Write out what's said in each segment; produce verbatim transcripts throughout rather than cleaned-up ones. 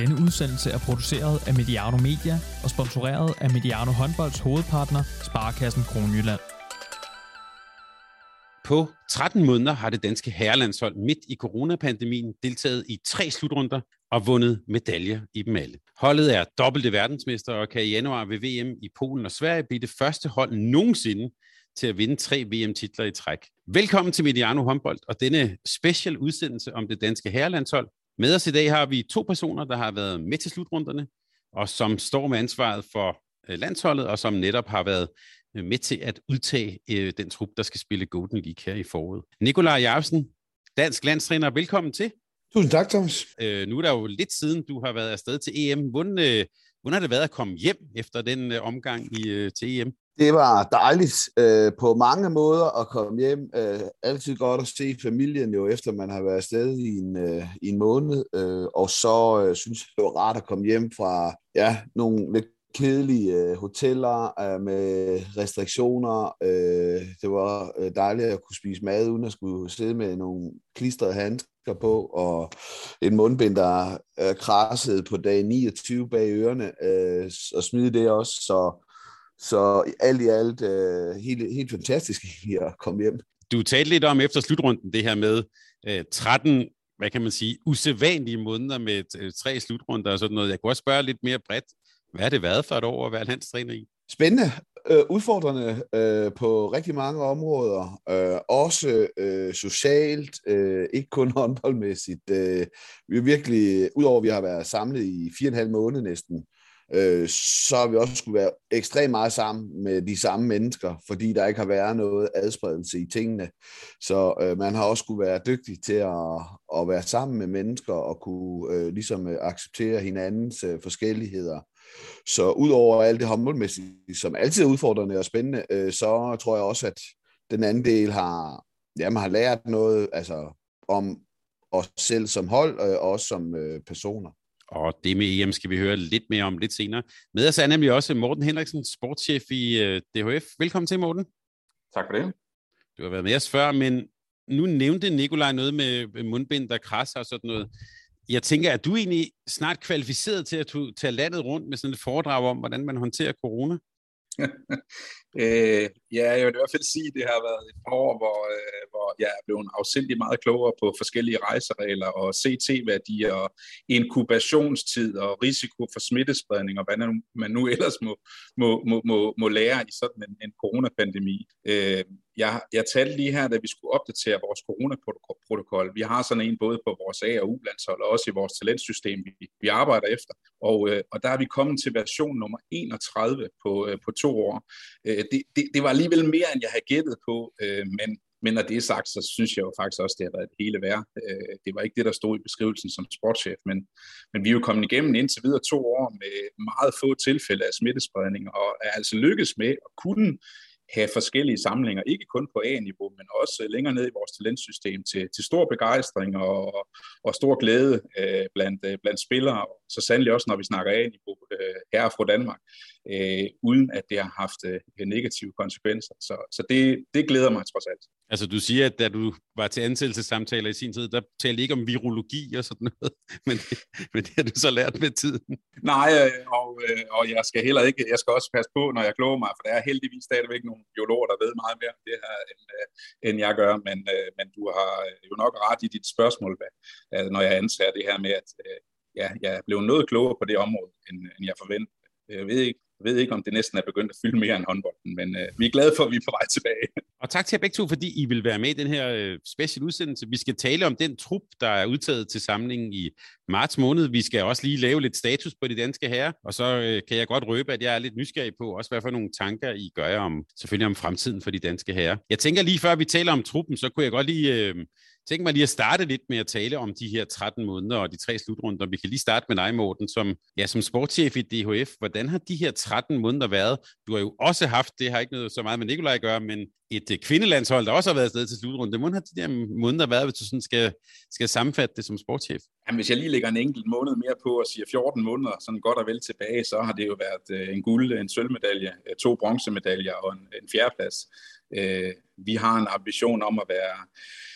Denne udsendelse er produceret af Mediano Media og sponsoreret af Mediano Håndbolds hovedpartner, Sparekassen Kronjylland. På tretten måneder har det danske herrelandshold midt i coronapandemien deltaget i tre slutrunder og vundet medaljer i dem alle. Holdet er dobbelte verdensmester og kan i januar ved V M i Polen og Sverige blive det første hold nogensinde til at vinde tre V M-titler i træk. Velkommen til Mediano Håndbold og denne special udsendelse om det danske herrelandshold. Med os i dag har vi to personer, der har været med til slutrunderne, og som står med ansvaret for landsholdet, og som netop har været med til at udtage øh, den trup, der skal spille Golden League her i foråret. Nikolaj Jacobsen, dansk landstræner, velkommen til. Tusind tak, Thomas. Øh, nu er der jo lidt siden, du har været afsted til E M. Hvordan, øh, hvordan har det været at komme hjem efter den øh, omgang i, øh, til E M? Det var dejligt øh, på mange måder at komme hjem. Øh, altid godt at se familien, jo efter man har været afsted i en, øh, i en måned. Øh, og så øh, synes jeg, det var rart at komme hjem fra ja, nogle lidt kedelige øh, hoteller øh, med restriktioner. Øh, det var øh, dejligt at kunne spise mad, uden at skulle sidde med nogle klistrede handsker på, og en mundbind, der øh, krassede på dag niogtyve bag ørerne, øh, og smide det også. Så, så alt i alt øh, helt, helt fantastisk at komme hjem. Du talte lidt om efter slutrunden det her med øh, tretten, hvad kan man sige, usædvanlige måneder med øh, tre slutrunder og sådan noget. Jeg kunne også spørge lidt mere bredt. Hvad har det været for et år at være landstræner i? Spændende, øh, udfordrende øh, på rigtig mange områder, øh, også øh, socialt, øh, ikke kun håndboldmæssigt. Øh, vi er virkelig, udover at vi har været samlet i fire og en halv måned næsten, øh, så har vi også skulle være ekstremt meget sammen med de samme mennesker, fordi der ikke har været noget adspredelse i tingene. Så øh, man har også skulle være dygtig til at, at være sammen med mennesker og kunne øh, ligesom acceptere hinandens øh, forskelligheder. Så udover alt det håndboldmæssige, som altid er udfordrende og spændende, øh, så tror jeg også, at den anden del har, ja, man har lært noget altså, om os selv som hold, og også som øh, personer. Og det med E M skal vi høre lidt mere om lidt senere. Med os er nemlig også Morten Henriksen, sportschef i øh, D H F. Velkommen til, Morten. Tak for det. Du har været med os før, men nu nævnte Nikolaj noget med mundbind, der krasser og sådan noget. Jeg tænker, at du egentlig snart kvalificeret til at tage landet rundt med sådan et foredrag om, hvordan man håndterer corona? øh, ja, jeg vil i hvert fald sige, at det har været et par år, hvor, øh, hvor jeg er blevet afsindig meget klogere på forskellige rejseregler og C T-værdier og inkubationstid og risiko for smittespredning og hvad man nu ellers må, må, må, må, må lære i sådan en, en coronapandemi. Øh, jeg, jeg talte lige her, da vi skulle opdatere vores coronaprotokol. Vi har sådan en både på vores A- og U-landshold og også i vores talentsystem, vi, vi arbejder efter. Og, øh, og der er vi kommet til version nummer enogtredive på, øh, på to år. Øh, det, det, det var alligevel mere, end jeg havde gættet på, øh, men, men når det er sagt, så synes jeg jo faktisk også, det har været det hele værd. Øh, det var ikke det, der stod i beskrivelsen som sportschef, men, men vi er jo kommet igennem indtil videre to år med meget få tilfælde af smittespredning, og er altså lykkes med at kunne have forskellige samlinger, ikke kun på A-niveau, men også længere ned i vores talentsystem til, til stor begejstring og, og stor glæde øh, blandt, øh, blandt spillere, og så sandelig også, når vi snakker A-niveau øh, her fra Danmark, øh, uden at det har haft øh, negative konsekvenser. Så, så det, det glæder mig trods alt. Altså du siger, at da du var til ansættelsessamtaler i sin tid, der talte ikke om virologi og sådan noget, men det, men det har du så lært med tiden. Nej, og, og jeg skal heller ikke, jeg skal også passe på, når jeg kloger mig, for der er heldigvis stadigvæk nogle biologer, der ved meget mere om det her, end, end jeg gør, men, men du har jo nok ret i dit spørgsmål, når jeg antager det her med, at ja, jeg er blevet noget klogere på det område, end, end jeg forventede. Jeg ved ikke, Jeg ved ikke, om det næsten er begyndt at fylde mere end håndbolden, men øh, vi er glade for, at vi er på vej tilbage. Og tak til jer begge to, fordi I vil være med i den her øh, special udsendelse. Vi skal tale om den trup, der er udtaget til samlingen i marts måned. Vi skal også lige lave lidt status på de danske herrer, og så øh, kan jeg godt røbe, at jeg er lidt nysgerrig på, også hvad for nogle tanker I gør jer om, selvfølgelig om fremtiden for de danske herrer. Jeg tænker lige før vi taler om truppen, så kunne jeg godt lige... Øh, Tænk mig lige at starte lidt med at tale om de her tretten måneder og de tre slutrunder. Vi kan lige starte med dig, Morten, som, ja, som sportschef i D H F. Hvordan har de her tretten måneder været? Du har jo også haft, det har ikke noget så meget med Nikolaj at gøre, men et kvindelandshold, der også har været afsted til slutrunde. Hvordan har de der måneder været, hvis du sådan skal, skal sammenfatte det som sportschef? Jamen, hvis jeg lige lægger en enkelt måned mere på og siger fjorten måneder, sådan godt og vel tilbage, så har det jo været en guld, en sølvmedalje, to bronzemedaljer og en, en fjerdeplads. Vi har en ambition om at være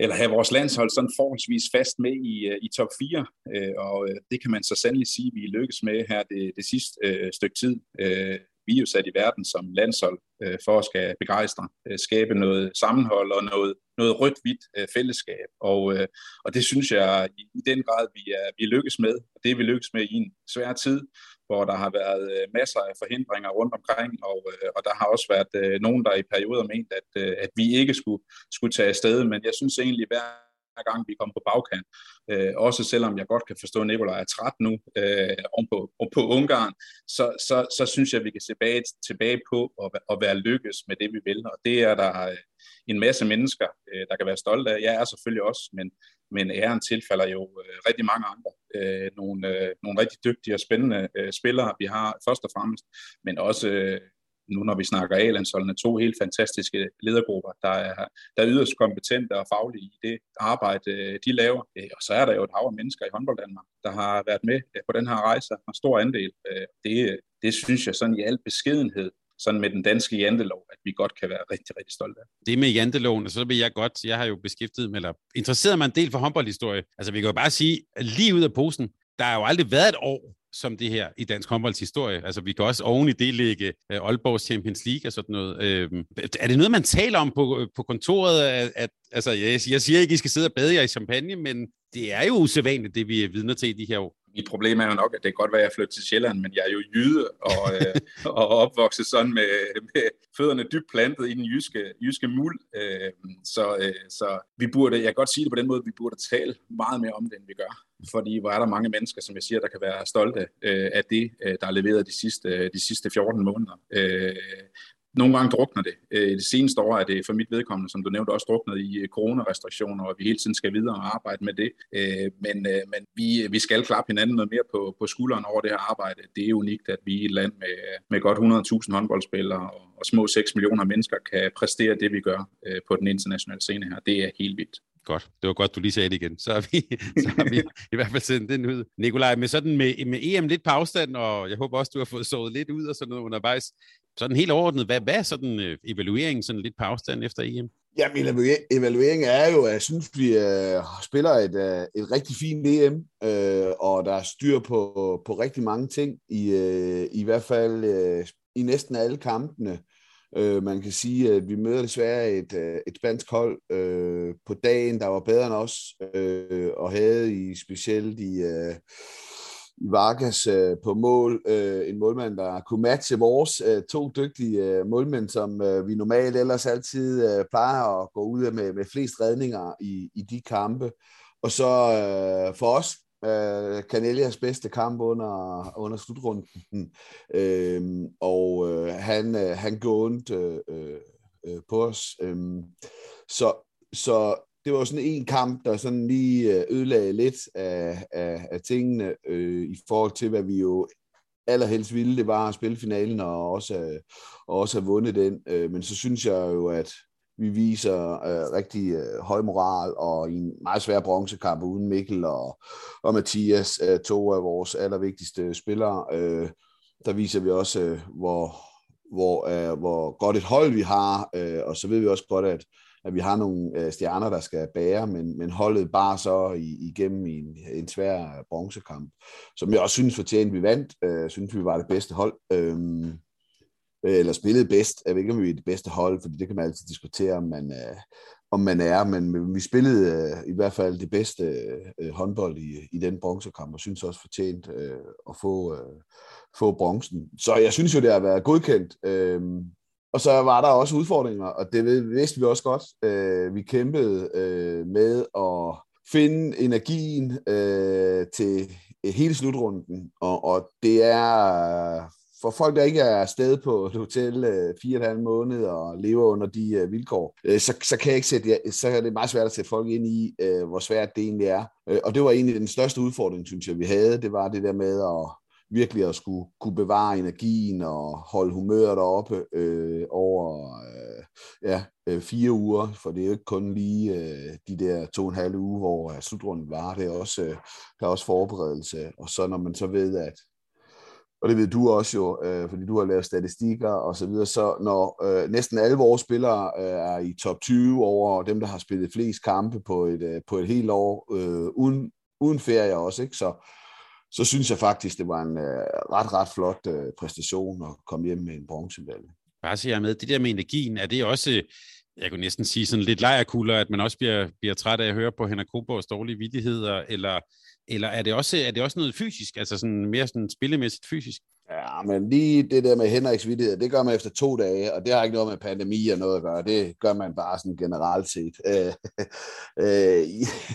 eller have vores landshold sådan forholdsvis fast med i, i top fire, og det kan man så sandelig sige, at vi lykkes med her det, det sidste øh, stykke tid. Øh, vi er jo sat i verden som landshold øh, for at skal begejstre, øh, skabe noget sammenhold og noget, noget rødt-hvidt øh, fællesskab, og, øh, og det synes jeg i, i den grad, vi er, vi lykkes med, og det er vi lykkes med i en svær tid, hvor der har været masser af forhindringer rundt omkring, og, og der har også været øh, nogen, der i perioder ment, at, øh, at vi ikke skulle, skulle tage afsted, men jeg synes egentlig, hver gang vi kommer på bagkant, øh, også selvom jeg godt kan forstå, at Nikolaj er træt nu øh, om på, om på Ungarn, så, så, så synes jeg, at vi kan se tilbage, tilbage på at, at være lykkes med det, vi vil, og det er der en masse mennesker, øh, der kan være stolte af. Jeg er selvfølgelig også, men men æren tilfalder jo øh, rigtig mange andre. Øh, nogle, øh, nogle rigtig dygtige og spændende øh, spillere, vi har først og fremmest, men også øh, nu når vi snakker A-landsholdene, to helt fantastiske ledergrupper, der er, der er yderst kompetente og faglige i det arbejde, øh, de laver. Øh, og så er der jo et hav af mennesker i håndbold Danmark, der har været med øh, på den her rejse, og en stor andel. Øh, det, det synes jeg sådan i al beskedenhed, sådan med den danske jantelov, at vi godt kan være rigtig, rigtig stolte af. Det med janteloven, så vil jeg godt, jeg har jo beskæftiget mig, eller interesseret mig en del for håndboldhistorie. Altså vi kan jo bare sige, at lige ud af posen, der har jo aldrig været et år som det her i dansk håndboldshistorie. Altså vi kan også oven i det lægge uh, Aalborgs Champions League og sådan noget. Uh, er det noget, man taler om på, på kontoret? At, at, altså jeg, jeg siger ikke, I skal sidde og bade jer i champagne, men det er jo usædvanligt, det vi er vidner til i de her år. Mit problem er jo nok, at det kan godt være, at jeg flytter til Sjælland, men jeg er jo jyde og, øh, og opvokset sådan med, med fødderne dybt plantet i den jyske, jyske muld. Øh, så, øh, så vi burde, jeg kan godt sige det på den måde, vi burde tale meget mere om det, end vi gør. Fordi hvor er der mange mennesker, som jeg siger, der kan være stolte øh, af det, øh, der er leveret de sidste, de sidste fjorten måneder. Øh, Nogle gange drukner det. I det seneste år er det for mit vedkommende, som du nævnte, også druknet i coronarestriktioner, og vi hele tiden skal videre og arbejde med det. Men, men vi, vi skal klappe hinanden noget mere på, på skulderen over det her arbejde. Det er unikt, at vi i et land med, med godt hundrede tusind håndboldspillere og, og små seks millioner mennesker kan præstere det, vi gør på den internationale scene her. Det er helt vildt. Godt. Det var godt, du lige sagde det igen. Så har vi, så har vi i hvert fald sendt den ud. Nikolaj, med sådan med, med E M lidt på afstand, og jeg håber også, du har fået sovet lidt ud og sådan noget undervejs. Sådan helt overordnet, hvad, hvad er sådan øh, evalueringen sådan lidt på afstand efter E M? Jamen, evalueringen er jo, at jeg synes, vi øh, spiller et, øh, et rigtig fint E M, øh, og der er styr på, på rigtig mange ting, i, øh, i hvert fald øh, i næsten alle kampene. Uh, man kan sige, at vi møder desværre et, uh, et spansk hold uh, på dagen, der var bedre end os, uh, og havde i specielt i, uh, i Vargas uh, på mål uh, en målmand, der kunne matche vores uh, to dygtige uh, målmænd, som uh, vi normalt ellers altid uh, plejer at gå ud med, med flest redninger i, i de kampe. Og så uh, for os, Uh, Canelias bedste kamp under, under slutrunden, uh, og uh, han, uh, han går ondt uh, uh, på os. Um, så, så det var sådan en kamp, der sådan lige ødelagde lidt af, af, af tingene uh, i forhold til, hvad vi jo allerhelst ville. Det var at spille finalen og også, uh, og også have vundet den. Uh, men så synes jeg jo, at vi viser øh, rigtig øh, høj moral, og i en meget svær bronzekamp uden Mikkel og, og Mathias, øh, to af vores allervigtigste spillere, øh, der viser vi også, øh, hvor, hvor, øh, hvor godt et hold vi har, øh, og så ved vi også godt, at, at vi har nogle øh, stjerner, der skal bære, men, men holdet bare så i, igennem i en, en svær bronzekamp, som jeg også synes fortjent, vi vandt, øh, synes vi var det bedste hold, øh, eller spillede bedst. Jeg ved ikke, om vi er det bedste hold, fordi det kan man altid diskutere, om man, øh, om man er, men vi spillede øh, i hvert fald det bedste øh, håndbold i, i den bronzekamp, og synes også fortjent øh, at få, øh, få bronzen. Så jeg synes jo, det har været godkendt. Øh, og så var der også udfordringer, og det vidste vi også godt. Øh, vi kæmpede øh, med at finde energien øh, til hele slutrunden, og, og det er... For folk, der ikke er afsted på et hotel øh, fire og en halv måned og lever under de øh, vilkår, øh, så, så, kan jeg ikke sætte, så er det meget svært at sætte folk ind i, øh, hvor svært det egentlig er. Øh, og det var egentlig den største udfordring, synes jeg, vi havde. Det var det der med at virkelig at skulle kunne bevare energien og holde humøret deroppe øh, over øh, ja, øh, fire uger. For det er jo ikke kun lige øh, de der to og en halv uge, hvor slutrunden var. Det er også, øh, der er også forberedelse. Og så når man så ved, at og det ved du også jo, øh, fordi du har lavet statistikker og så videre, så når øh, næsten alle vores spillere øh, er i top tyve over dem, der har spillet flest kampe på et, øh, på et helt år, øh, uden, uden ferie også, ikke? Så, så synes jeg faktisk, det var en øh, ret, ret flot øh, præstation at komme hjem med en bronzemedalje. Bare så jeg er med, det der med energien, er det også, jeg kunne næsten sige sådan lidt lejrkulder, at man også bliver, bliver træt af at høre på Henrik Kronborgs dårlige vittigheder, eller, eller er, det også, er det også noget fysisk, altså sådan mere sådan spillemæssigt fysisk? Ja, men lige det der med Henriks vittigheder, det gør man efter to dage, og det har ikke noget med pandemi og noget at gøre. Det gør man bare sådan generelt set. Øh, øh,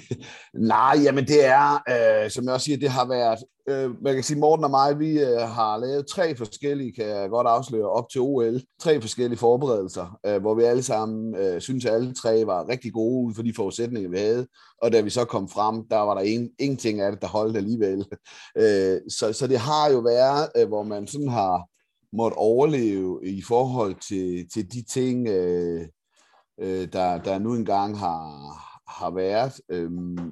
nej, jamen det er, øh, som jeg også siger, det har været, øh, man kan sige, Morten og mig, vi øh, har lavet tre forskellige, kan jeg godt afsløre, op til O L, tre forskellige forberedelser, øh, hvor vi alle sammen øh, synes, at alle tre var rigtig gode ud for de forudsætninger, vi havde. Og da vi så kom frem, der var der en, ingenting af det, der holdt alligevel. Øh, så, så det har jo været, øh, hvor man sådan har måttet overleve i forhold til, til de ting, øh, øh, der, der nu engang har, har været. Øh,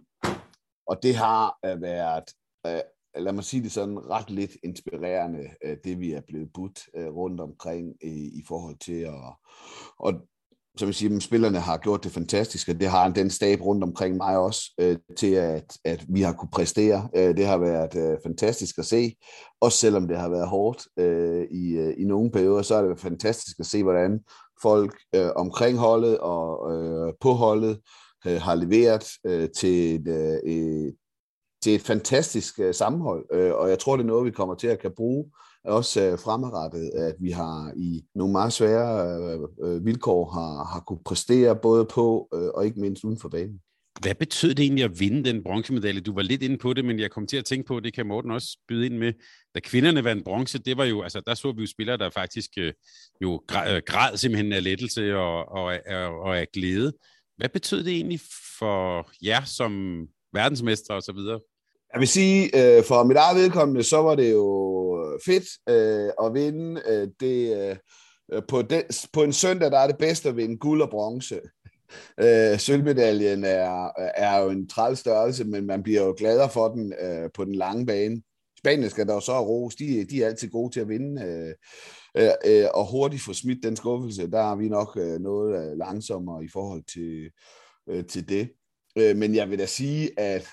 og det har øh, været, øh, lad mig sige det sådan, ret lidt inspirerende, øh, det vi er blevet budt øh, rundt omkring øh, i forhold til at... Og, som jeg siger, spillerne har gjort det fantastisk, og det har den stab rundt omkring mig også, øh, til at, at vi har kunne præstere. Øh, det har været øh, fantastisk at se, også selvom det har været hårdt øh, i, øh, i nogle perioder, så er det fantastisk at se, hvordan folk øh, omkring holdet og øh, på holdet øh, har leveret øh, til, et, øh, til et fantastisk øh, sammenhold, øh, og jeg tror, det er noget, vi kommer til at kan bruge også øh, fremadrettet, at vi har i nogle meget svære øh, vilkår har, har kunne præstere både på øh, og ikke mindst uden for banen. Hvad betød det egentlig at vinde den bronzemedalje? Du var lidt inde på det, men jeg kom til at tænke på, det kan Morten også byde ind med. Da kvinderne vandt bronze, det var jo, altså der så vi jo spillere, der faktisk øh, jo græd, græd simpelthen af lettelse og, og, og, og af glæde. Hvad betød det egentlig for jer som verdensmestre og så videre? Jeg vil sige, øh, for mit eget vedkommende, så var det jo fedt øh, at vinde. Øh, det, øh, på, den, på en søndag, der er det bedst at vinde guld og bronze. Øh, sølvmedaljen er, er jo en træls størrelse, men man bliver jo gladere for den øh, på den lange bane. Spanien skal der jo så ros, de, de er altid gode til at vinde, øh, øh, og hurtigt få smidt den skuffelse. Der er vi nok øh, noget øh, langsommere i forhold til, øh, til det. Øh, men jeg vil da sige, at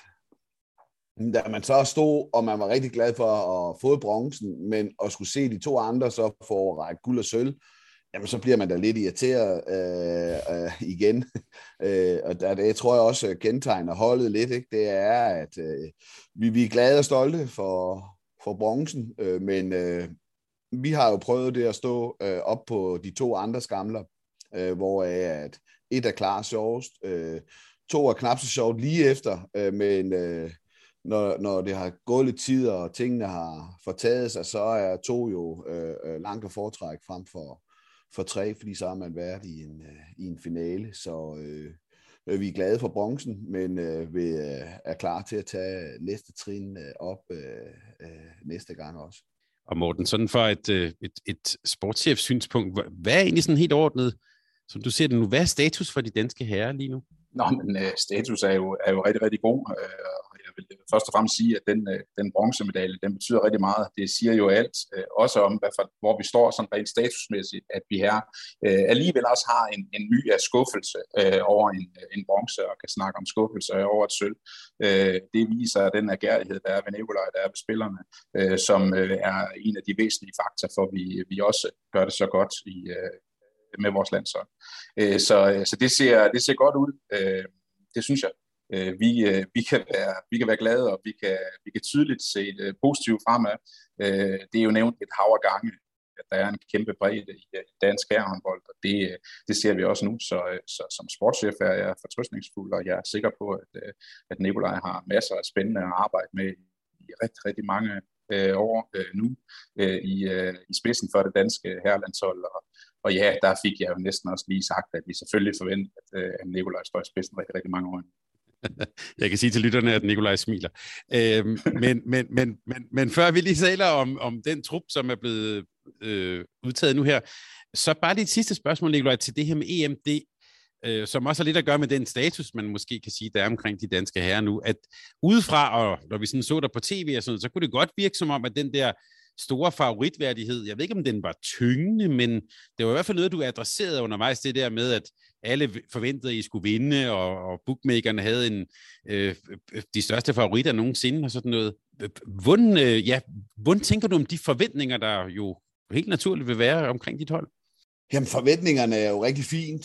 da man så stod, og man var rigtig glad for at få bronzen, men at skulle se de to andre så få række guld og sølv, jamen så bliver man da lidt irriteret øh, øh, igen. øh, og der, det tror jeg også kendetegner holdet lidt, ikke? Det er, at øh, vi, vi er glade og stolte for, for bronzen, øh, men øh, vi har jo prøvet det at stå øh, op på de to andre skamler, øh, hvor at et er klart sjovest, øh, to er knap så sjovt lige efter, øh, men øh, Når, når det har gået lidt tid, og tingene har fortaget sig, så er to jo øh, langt at foretrække frem for, for tre, fordi så har man været i en, øh, i en finale. Så øh, vi er glade for bronzen, men øh, vi øh, er klar til at tage næste trin øh, op øh, øh, næste gang også. Og Morten, sådan for et, et, et sportschef-synspunkt, hvad er egentlig sådan helt ordnet, som du ser det nu, hvad er status for de danske herrer lige nu? Nå, men uh, status er jo, er jo rigtig, rigtig god. Uh, jeg vil først og fremmest sige, at den, uh, den bronzemedalje, den betyder rigtig meget. Det siger jo alt, uh, også om, hvad for, hvor vi står sådan rent statusmæssigt, at vi her uh, alligevel også har en, en my af skuffelse uh, over en, en bronze, og kan snakke om skuffelse over et sølv. Uh, det viser den agerighed, der er ved Nikolaj, der er ved spillerne, uh, som uh, er en af de væsentlige faktorer, for vi, vi også gør det så godt i uh, med vores landshold. Så, så det, ser, det ser godt ud. Det synes jeg. Vi, vi, kan, være, vi kan være glade, og vi kan, vi kan tydeligt se det positivt fremad. Det er jo nævnt et hav af gange, at der er en kæmpe bredde i dansk herrehåndbold, og det, det ser vi også nu. Så, så som sportschef er jeg fortrøstningsfuld, og jeg er sikker på, at, at Nikolaj har masser af spændende at arbejde med i rigtig, rigtig mange år nu i, i spidsen for det danske herrelandshold. Og, Og ja, der fik jeg jo næsten også lige sagt, at vi selvfølgelig forventer, at, at Nikolaj står i spidsen rigtig, rigtig mange år. Jeg kan sige til lytterne, at Nikolaj smiler. Øhm, men, men, men, men, men før vi lige taler om, om den trup, som er blevet øh, udtaget nu her, så bare lige et sidste spørgsmål, Nikolaj, til det her med E M D, øh, som også har lidt at gøre med den status, man måske kan sige, der er omkring de danske herrer nu, at udefra, og når vi sådan så der på tv og sådan noget, så kunne det godt virke som om, at den der store favoritværdighed. Jeg ved ikke, om den var tyngende, men det var i hvert fald noget, du adresserede undervejs, det der med, at alle forventede, at I skulle vinde, og, og bookmakerne havde en, øh, de største favoritter nogensinde og sådan noget. Hvordan, øh, ja, hvordan tænker du om de forventninger, der jo helt naturligt vil være omkring dit hold? Jamen, forventningerne er jo rigtig fint.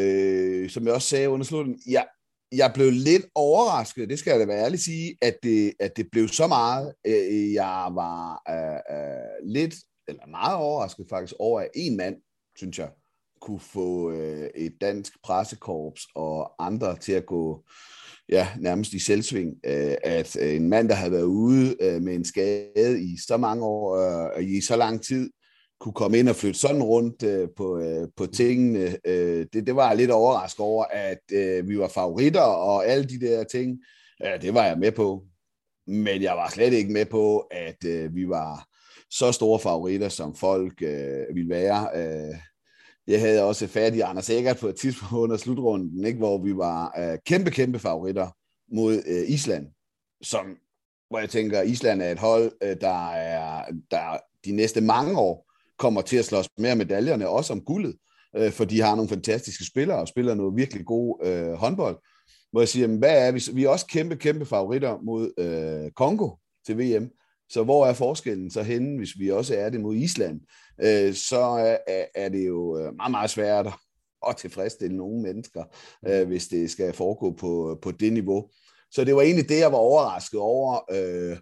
Øh, som jeg også sagde under slutningen, jeg, jeg blev lidt overrasket, det skal jeg da være ærlig sige, at det, at det blev så meget. Øh, jeg var øh, øh, lidt, eller meget overrasket faktisk, over at en mand, synes jeg, kunne få øh, et dansk pressekorps og andre til at gå ja, nærmest i selvsving. Øh, at en mand, der havde været ude øh, med en skade i så mange år øh, og i så lang tid, kunne komme ind og flytte sådan rundt øh, på, øh, på tingene. Øh, det, det var jeg lidt overrasket over, at øh, vi var favoritter og alle de der ting. Øh, det var jeg med på. Men jeg var slet ikke med på, at øh, vi var så store favoritter, som folk øh, ville være. Øh, jeg havde også fat i Anders Eggert på et tidspunkt under slutrunden, ikke, hvor vi var øh, kæmpe, kæmpe favoritter mod øh, Island. Som, hvor jeg tænker, Island er et hold, øh, der er der de næste mange år kommer til at slås mere medaljerne, også om guldet, øh, for de har nogle fantastiske spillere, og spiller noget virkelig god øh, håndbold. Hvor jeg siger, jamen, hvad er vi? Vi er også kæmpe, kæmpe favoritter mod øh, Congo til V M. Så hvor er forskellen så henne, hvis vi også er det mod Island? Øh, så er, er det jo meget, meget svært at tilfredsstille nogle mennesker, øh, hvis det skal foregå på, på det niveau. Så det var egentlig det, jeg var overrasket over, øh,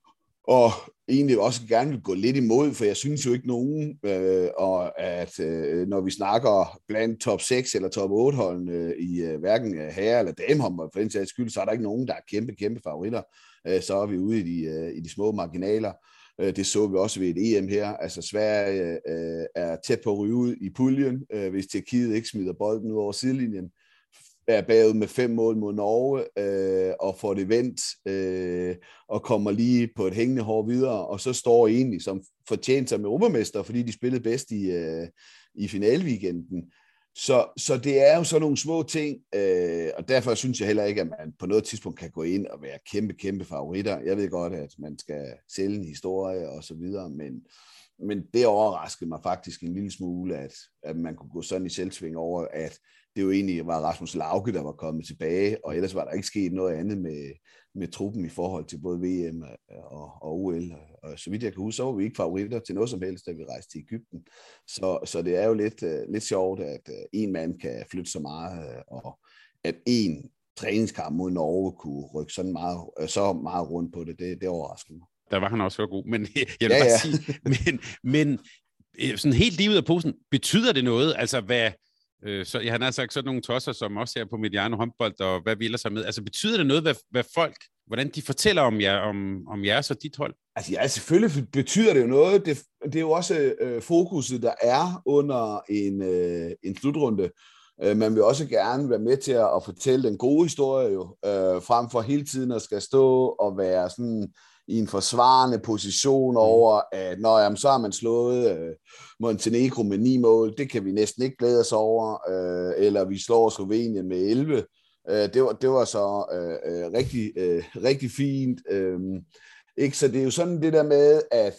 og egentlig også gerne vil gå lidt imod, for jeg synes jo ikke nogen, øh, og at øh, når vi snakker blandt top seks eller top otte holdene øh, i øh, hverken herre- eller damehåndbold, for den sags skyld, så er der ikke nogen, der er kæmpe, kæmpe favoritter. Øh, så er vi ude i de, øh, i de små marginaler. Øh, det så vi også ved et E M her. Altså Sverige øh, er tæt på at ryge ud i puljen, øh, hvis Tjekkiet ikke smider bolden ud over sidelinjen. Er bagud med fem mål mod Norge, øh, og får det vendt, øh, og kommer lige på et hængende hår videre, og så står egentlig som fortjent sig med europamester, fordi de spillede bedst i, øh, i finaleweekenden. Så, så det er jo sådan nogle små ting, øh, og derfor synes jeg heller ikke, at man på noget tidspunkt kan gå ind og være kæmpe, kæmpe favoritter. Jeg ved godt, at man skal sælge en historie og så videre, men, men det overraskede mig faktisk en lille smule, at, at man kunne gå sådan i selvsving over, at det jo egentlig var Rasmus Lauke, der var kommet tilbage, og ellers var der ikke sket noget andet med, med truppen i forhold til både V M og, og O L. Og så vidt jeg kan huske, så var vi ikke favoritter til noget som helst, da vi rejste til Egypten. Så, så det er jo lidt, uh, lidt sjovt, at uh, en mand kan flytte så meget, uh, og at en træningskamp mod Norge kunne rykke sådan meget, uh, så meget rundt på det, det, det overrasker mig. Der var han også så god, men jeg vil ja, bare ja. sige, men, men sådan helt lige ud af posen, betyder det noget, altså hvad, øh, så, jeg har sagt sådan nogle tosser, som også er på Mediano håndbold, og hvad vi ellers har med, altså betyder det noget, hvad, hvad folk, hvordan de fortæller om jer, om, om jeres og dit hold? Altså ja, selvfølgelig betyder det jo noget, det, det er jo også øh, fokuset, der er under en, øh, en slutrunde. Øh, man vil også gerne være med til at, at fortælle den gode historie, jo, øh, frem for hele tiden at skal stå og være sådan i en forsvarende position over, at når jamen, så har man slået øh, Montenegro med ni mål, det kan vi næsten ikke glæde os over, øh, eller vi slår Slovenien med elleve. Øh, det, var, det var så øh, rigtig, øh, rigtig fint. Øh, ikke? Så det er jo sådan det der med, at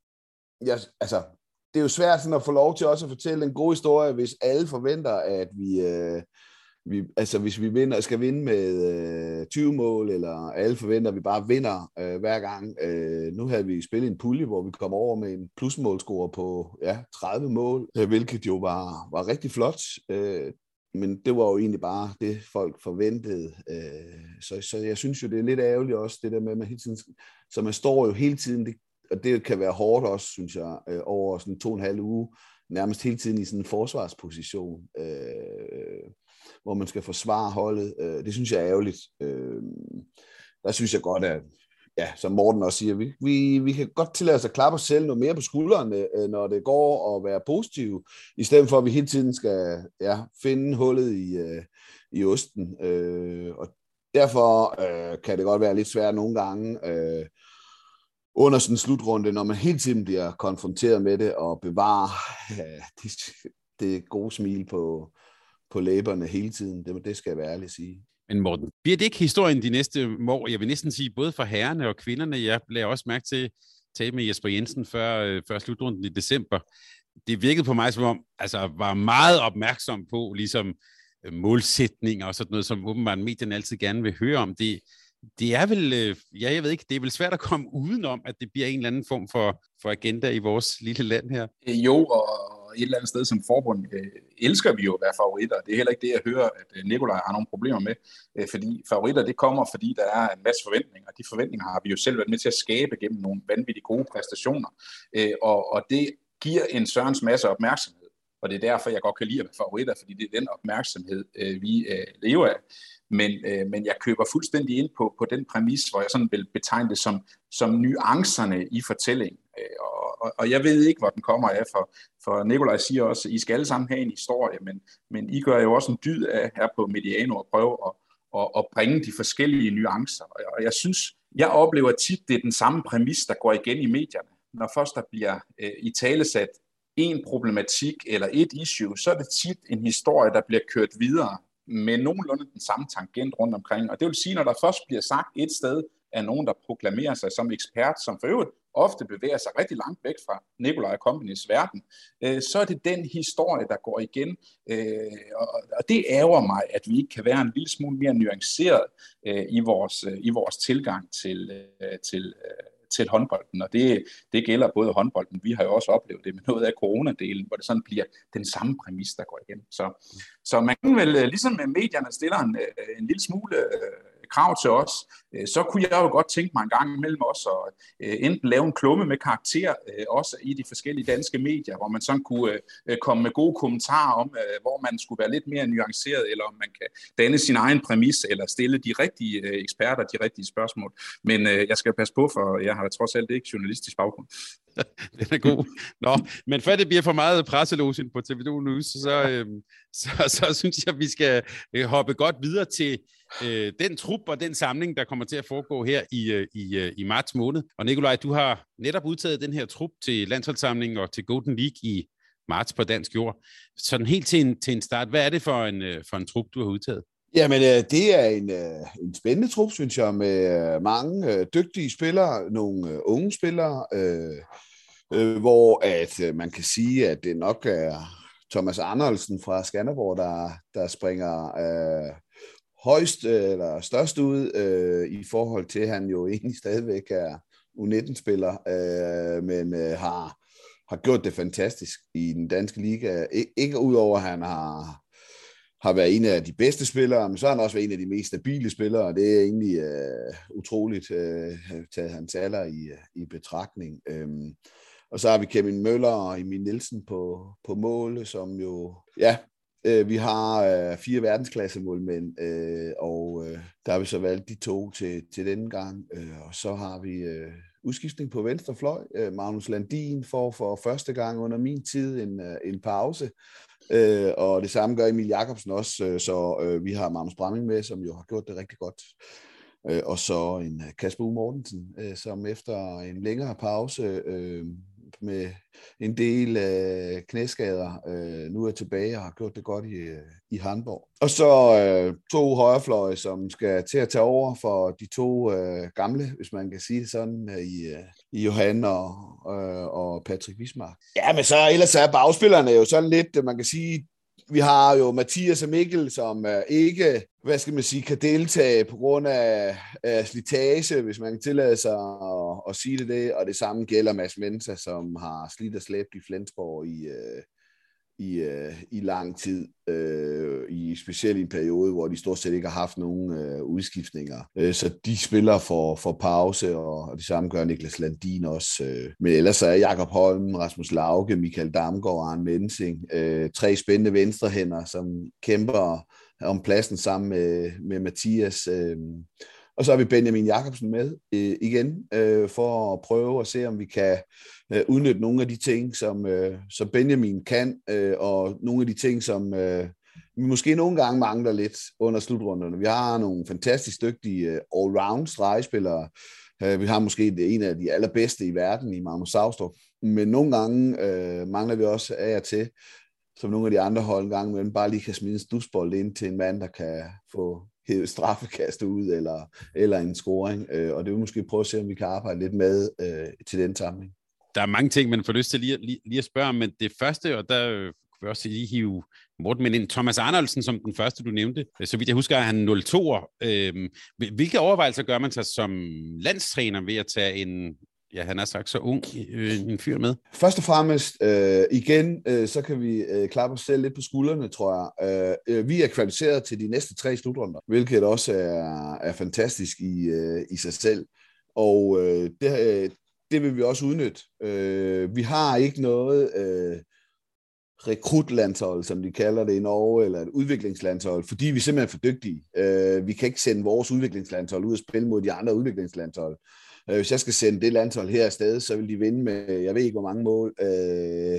jeg, altså, det er jo svært sådan at få lov til også at fortælle en god historie, hvis alle forventer, at vi... Øh, Vi, altså hvis vi vinder, skal vinde med øh, tyve mål, eller alle forventer, at vi bare vinder øh, hver gang. Øh, nu havde vi spillet en pulje, hvor vi kom over med en plusmålscore på ja, tredive mål, øh, hvilket jo var, var rigtig flot. Øh, men det var jo egentlig bare det, folk forventede. Øh, så, så jeg synes jo, det er lidt ærgerligt også, det der med, at man hele tiden, så man står jo hele tiden, det, og det kan være hårdt også, synes jeg, øh, over sådan to og en halv uge, nærmest hele tiden i sådan en forsvarsposition. Øh, hvor man skal forsvare holdet. Det synes jeg er ærgerligt. Der synes jeg godt, at, ja, som Morten også siger, vi, vi, vi kan godt tillade os at klappe os selv noget mere på skuldrene, når det går og være positive, i stedet for, at vi hele tiden skal ja, finde hullet i, i osten. Og derfor kan det godt være lidt svært nogle gange, under sådan en slutrunde, når man hele tiden bliver konfronteret med det, og bevare ja, det, det gode smil på på læberne hele tiden. Det, det skal jeg være ærlig at sige. Men Morten, bliver det ikke historien de næste år? Jeg vil næsten sige, både for herrerne og kvinderne. Jeg lagde også mærke til, talte med Jesper Jensen før, øh, før slutrunden i december. Det virkede på mig som om, altså var meget opmærksom på ligesom øh, målsætninger og sådan noget, som åbenbart medierne altid gerne vil høre om. Det, det er vel, øh, ja, jeg ved ikke, det er vel svært at komme udenom, at det bliver en eller anden form for, for agenda i vores lille land her. Jo, og et eller andet sted som forbund øh, elsker vi jo at være favoritter. Det er heller ikke det, jeg hører, at øh, Nikolaj har nogle problemer med, øh, fordi favoritter, det kommer, fordi der er en masse forventninger. De forventninger har vi jo selv været med til at skabe gennem nogle vanvittigt gode præstationer, øh, og, og det giver en sørens masse opmærksomhed, og det er derfor, jeg godt kan lide at være favoritter, fordi det er den opmærksomhed, øh, vi øh, lever af. Men, øh, men jeg køber fuldstændig ind på, på den præmis, hvor jeg sådan vil betegne det som, som nuancerne i fortællingen. Øh, og, og, og jeg ved ikke, hvor den kommer af, for, for Nikolaj siger også, at I skal alle sammen have en historie, men, men I gør jo også en dyd af her på Mediano at prøve at, at, at bringe de forskellige nuancer. Og jeg, og jeg synes, jeg oplever tit, det er den samme præmis, der går igen i medierne. Når først der bliver øh, i talesat en problematik eller et issue, så er det tit en historie, der bliver kørt videre med nogenlunde den samme tangent rundt omkring. Og det vil sige, når der først bliver sagt et sted af nogen, der proklamerer sig som ekspert, som for øvrigt ofte bevæger sig rigtig langt væk fra Nikolaj Companys verden, øh, så er det den historie, der går igen. Øh, og, og det ærger mig, at vi ikke kan være en lille smule mere nuanceret øh, i, vores, øh, i vores tilgang til, øh, til øh, til håndbolden, og det, det gælder både håndbolden. Vi har jo også oplevet det med noget af coronadelen, hvor det sådan bliver den samme præmis, der går igen. Så, så man kan vel, ligesom med medierne stiller en, en lille smule krav til os, så kunne jeg jo godt tænke mig en gang imellem også at enten lave en klumme med karakter, også i de forskellige danske medier, hvor man sådan kunne komme med gode kommentarer om, hvor man skulle være lidt mere nuanceret, eller om man kan danne sin egen præmis, eller stille de rigtige eksperter de rigtige spørgsmål. Men jeg skal passe på, for jeg har trods alt ikke journalistisk baggrund. Den er god. Nå, men før det bliver for meget presselogen på T V to News, så, øh, så, så synes jeg, at vi skal øh, hoppe godt videre til øh, den trup og den samling, der kommer til at foregå her i, øh, i, øh, i marts måned. Og Nikolaj, du har netop udtaget den her trup til landsholdssamlingen og til Golden League i marts på dansk jord. Sådan helt til en, til en start, hvad er det for en, øh, for en trup, du har udtaget? Jamen, det er en, en spændende trup, synes jeg, med mange dygtige spillere, nogle unge spillere, øh, øh, hvor at man kan sige, at det nok er Thomas Arnoldsen fra Skanderborg, der, der springer øh, højst eller størst ud øh, i forhold til, at han jo egentlig stadigvæk er U nitten-spiller, øh, men øh, har, har gjort det fantastisk i den danske liga. Ik- ikke udover, at han har har været en af de bedste spillere, men så har han også været en af de mest stabile spillere, og det er egentlig øh, utroligt øh, taget hans alder i, i betragtning. Øhm, og så har vi Kevin Møller og Emil Nielsen på, på mål, som jo, ja, øh, vi har øh, fire verdensklassemålmænd, øh, og øh, der har vi så valgt de to til, til denne gang, øh, og så har vi øh, udskiftning på venstre fløj. Øh, Magnus Landin får for første gang under min tid en, øh, en pause, Øh, og det samme gør Emil Jakobsen også, øh, så øh, vi har Magnus Bramming med, som jo har gjort det rigtig godt. Øh, og så en Kasper U. Mortensen, øh, som efter en længere pause øh, med en del øh, knæskader øh, nu er tilbage og har gjort det godt i, øh, i Hamborg. Og så øh, to højrefløje, som skal til at tage over for de to øh, gamle, hvis man kan sige det sådan, øh, i, øh, i Johan og, øh, og Patrick Wismark. Ja, men så ellers er bagspillerne jo sådan lidt, man kan sige, vi har jo Mathias og Mikkel, som øh, ikke, hvad skal man sige, kan deltage på grund af, af slitage, hvis man kan tillade sig at, at sige det, det. Og det samme gælder Mads Mensa, som har slidt og slæbt i Flensborg i, øh, i, øh, i lang tid, øh, i specielt i en periode, hvor de stort set ikke har haft nogen øh, udskiftninger. Øh, så de spiller for, for pause, og, og det samme gør Niklas Landin også. Øh. Men ellers så er Jakob Holm, Rasmus Lauke, Michael Damgaard og Arne Mensing. Øh, tre spændende venstrehænder, som kæmper om pladsen sammen med, med Mathias. Øh. Og så har vi Benjamin Jakobsen med øh, igen, øh, for at prøve at se, om vi kan øh, udnytte nogle af de ting, som, øh, som Benjamin kan, øh, og nogle af de ting, som øh, vi måske nogle gange mangler lidt under slutrunderne. Vi har nogle fantastisk dygtige øh, all-round stregspillere. Øh, vi har måske en af de allerbedste i verden i Magnus Saustrup, men nogle gange øh, mangler vi også af og til som nogle af de andre hold en gang imellem, bare lige kan smide en stusbold ind til en mand, der kan få hævet straffekast ud, eller, eller en scoring. Og det vil måske prøve at se, om vi kan arbejde lidt med øh, til den samling. Der er mange ting, man får lyst til lige, lige, lige at spørge om, men det første, og der kan vi også lige hive Morten med ind, Thomas Arnoldsen som den første, du nævnte. Så vidt jeg husker, er han nul toer. Øhm, hvilke overvejelser gør man sig som landstræner ved at tage en, ja, han er sagt så ung, øh, en fyr med? Først og fremmest, øh, igen, øh, så kan vi øh, klappe os selv lidt på skuldrene, tror jeg. Øh, vi er kvalificeret til de næste tre slutrunder, hvilket også er, er fantastisk i, øh, i sig selv. Og øh, det, øh, det vil vi også udnytte. Øh, vi har ikke noget øh, rekrutlandshold, som de kalder det i Norge, eller et udviklingslandshold, fordi vi er simpelthen for dygtige. Øh, vi kan ikke sende vores udviklingslandshold ud og spille mod de andre udviklingslandshold. Øh, hvis jeg skal sende det landshold her afsted, så vil de vinde med, jeg ved ikke, hvor mange mål, øh,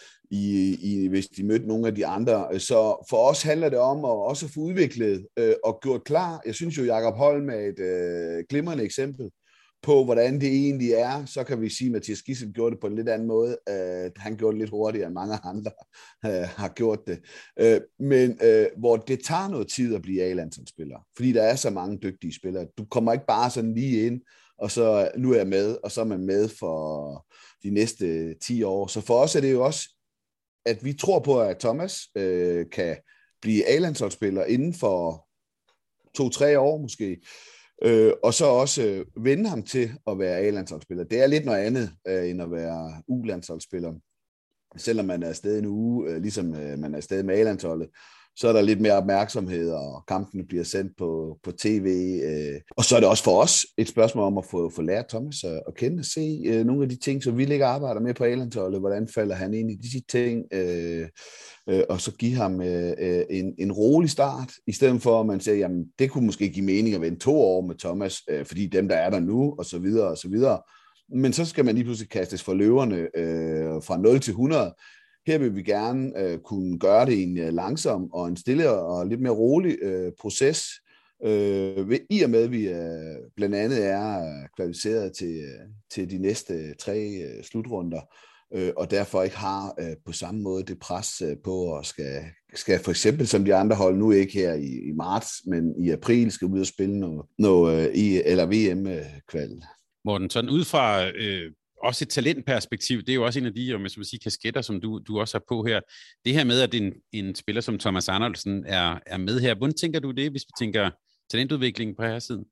i, i, hvis de mødte nogle af de andre. Så for os handler det om at også få udviklet øh, og gjort klar. Jeg synes jo, Jakob Holm er et øh, glimrende eksempel på, hvordan det egentlig er. Så kan vi sige, at Mathias Gissel gjorde det på en lidt anden måde. Uh, han gjorde det lidt hurtigere, end mange andre uh, har gjort det. Uh, men uh, hvor det tager noget tid at blive A-landsholdsspiller, fordi der er så mange dygtige spillere. Du kommer ikke bare sådan lige ind, og så nu er jeg med, og så er man med for de næste ti år. Så for os er det jo også, at vi tror på, at Thomas uh, kan blive A-landsholdsspiller inden for to-tre år måske. Øh, og så også øh, vende ham til at være A-landsholdsspiller. Det er lidt noget andet, øh, end at være U-landsholdsspiller. Selvom man er afsted en uge, øh, ligesom øh, man er afsted med A-landsholdet, så er der lidt mere opmærksomhed, og kampene bliver sendt på, på tv. Øh. Og så er det også for os et spørgsmål om at få, få lært Thomas at, at kende og se øh, nogle af de ting, som vi ligger og arbejder med på A-landsholdet. Hvordan falder han ind i de ting? Øh, øh, og så give ham øh, en, en rolig start, i stedet for at man siger, jamen det kunne måske give mening at vente to år med Thomas, øh, fordi dem, der er der nu, og så videre, og så videre. Men så skal man lige pludselig kastes for løverne øh, fra nul til hundrede. Her vil vi gerne øh, kunne gøre det i en øh, langsom og en stille og lidt mere rolig øh, proces, øh, ved, i og med, at vi øh, blandt andet er kvalificeret til, til de næste tre øh, slutrunder, øh, og derfor ikke har øh, på samme måde det pres øh, på, og skal, skal for eksempel, som de andre hold, nu ikke her i, i marts, men i april, skal ud og spille noget, noget øh, i, eller V M-kval. Morten, sådan ud fra øh, også et talentperspektiv, det er jo også en af de, om jeg skal sige, kasketter, som du, du også har på her. Det her med, at en, en spiller som Thomas Arnoldsen er, er med her. Hvordan tænker du det, hvis vi tænker talentudvikling på her siden?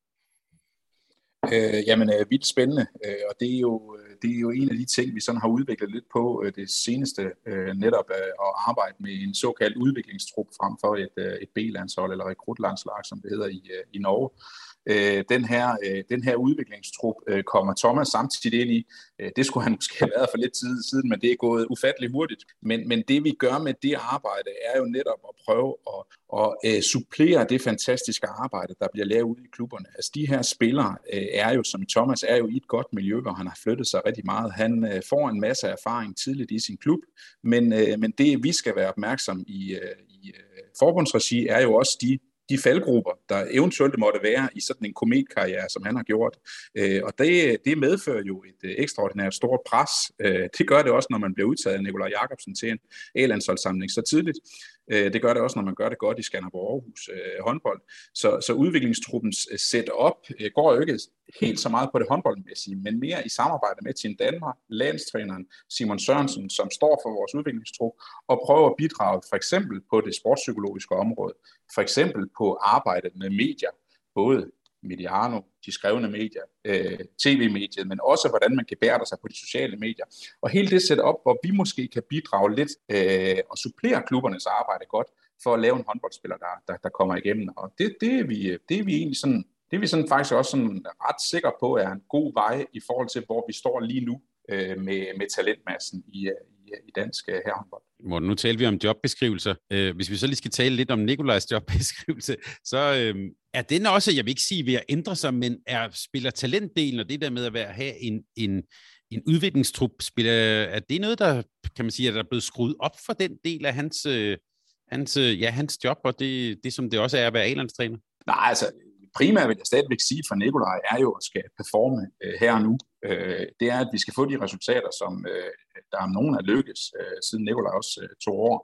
Øh, jamen, øh, vildt spændende, øh, og det er, jo, det er jo en af de ting, vi sådan har udviklet lidt på øh, det seneste, øh, netop øh, at arbejde med en såkaldt udviklingstrup frem for et, øh, et B-landshold eller rekrutlandslag, som det hedder i, øh, i Norge. Øh, den, her, øh, den her udviklingstrup øh, kommer Thomas samtidig ind i. Øh, det skulle han måske have været for lidt tid siden, men det er gået ufatteligt hurtigt. Men, men det vi gør med det arbejde, er jo netop at prøve at, at øh, supplere det fantastiske arbejde, der bliver lavet ude i klubberne. Altså de her spillere øh, er jo, som Thomas, er jo i et godt miljø, hvor han har flyttet sig rigtig meget. Han øh, får en masse erfaring tidligt i sin klub, men, øh, men det vi skal være opmærksom i, øh, i øh, forbundsregi, er jo også de de faldgrupper, der eventuelt måtte være i sådan en kometkarriere, som han har gjort. Øh, og det, det medfører jo et øh, ekstraordinært stort pres. Øh, det gør det også, når man bliver udtaget af Nikolaj Jakobsen til en A-landsholdssamling så tidligt. Øh, det gør det også, når man gør det godt i Skanderborg Aarhus øh, håndbold. Så, så udviklingstruppens setup øh, går jo ikke helt så meget på det håndboldmæssige, men mere i samarbejde med Team Danmark, landstræneren Simon Sørensen, som står for vores udviklingstrup, og prøver at bidrage for eksempel på det sportspsykologiske område, for eksempel på arbejdet med medier, både Mediano, de skrevne medier, øh, tv-mediet, men også hvordan man kan bære sig på de sociale medier. Og hele det setup, hvor vi måske kan bidrage lidt øh, og supplere klubbernes arbejde godt, for at lave en håndboldspiller, der, der, der kommer igennem. Og det, det, er vi, det er vi egentlig sådan, det er vi sådan faktisk også sådan ret sikre på, er en god vej i forhold til, hvor vi står lige nu øh, med, med talentmassen i, i, i dansk uh, herrehåndbold. Morten, nu taler vi om jobbeskrivelser. Øh, hvis vi så lige skal tale lidt om Nikolajs jobbeskrivelse, så øh, er den også, jeg vil ikke sige ved at ændre sig, men er spiller talentdelen, og det der med at være, have en, en, en udviklingstrup, spiller, er det noget, der kan man sige, at der er blevet skruet op for den del af hans, øh, hans, øh, ja, hans job, og det, det som det også er at være A-landstræner? Nej, altså primært vil jeg stadigvæk sige for Nikolaj, er jo at skal performe øh, her og nu. Øh, det er, at vi skal få de resultater, som øh, der om nogen er lykkes, øh, siden Nikolaj også øh, tog over.